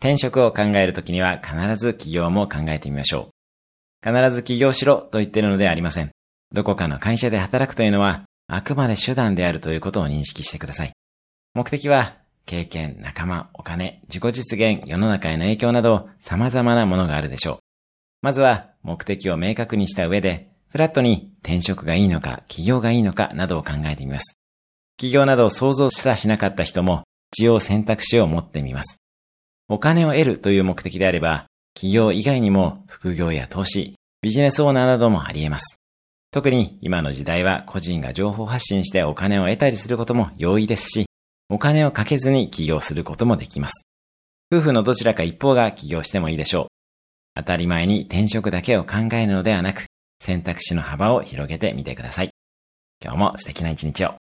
転職を考えるときには必ず起業も考えてみましょう。必ず起業しろと言っているのではありません。どこかの会社で働くというのはあくまで手段であるということを認識してください。目的は経験、仲間、お金、自己実現、世の中への影響など様々なものがあるでしょう。まずは目的を明確にした上で、フラットに転職がいいのか、起業がいいのかなどを考えてみます。起業などを想像すらしなかった人も一応選択肢を持ってみます。お金を得るという目的であれば、起業以外にも副業や投資、ビジネスオーナーなどもあり得ます。特に今の時代は個人が情報発信してお金を得たりすることも容易ですし、お金をかけずに起業することもできます。夫婦のどちらか一方が起業してもいいでしょう。当たり前に転職だけを考えるのではなく、選択肢の幅を広げてみてください。今日も素敵な一日を。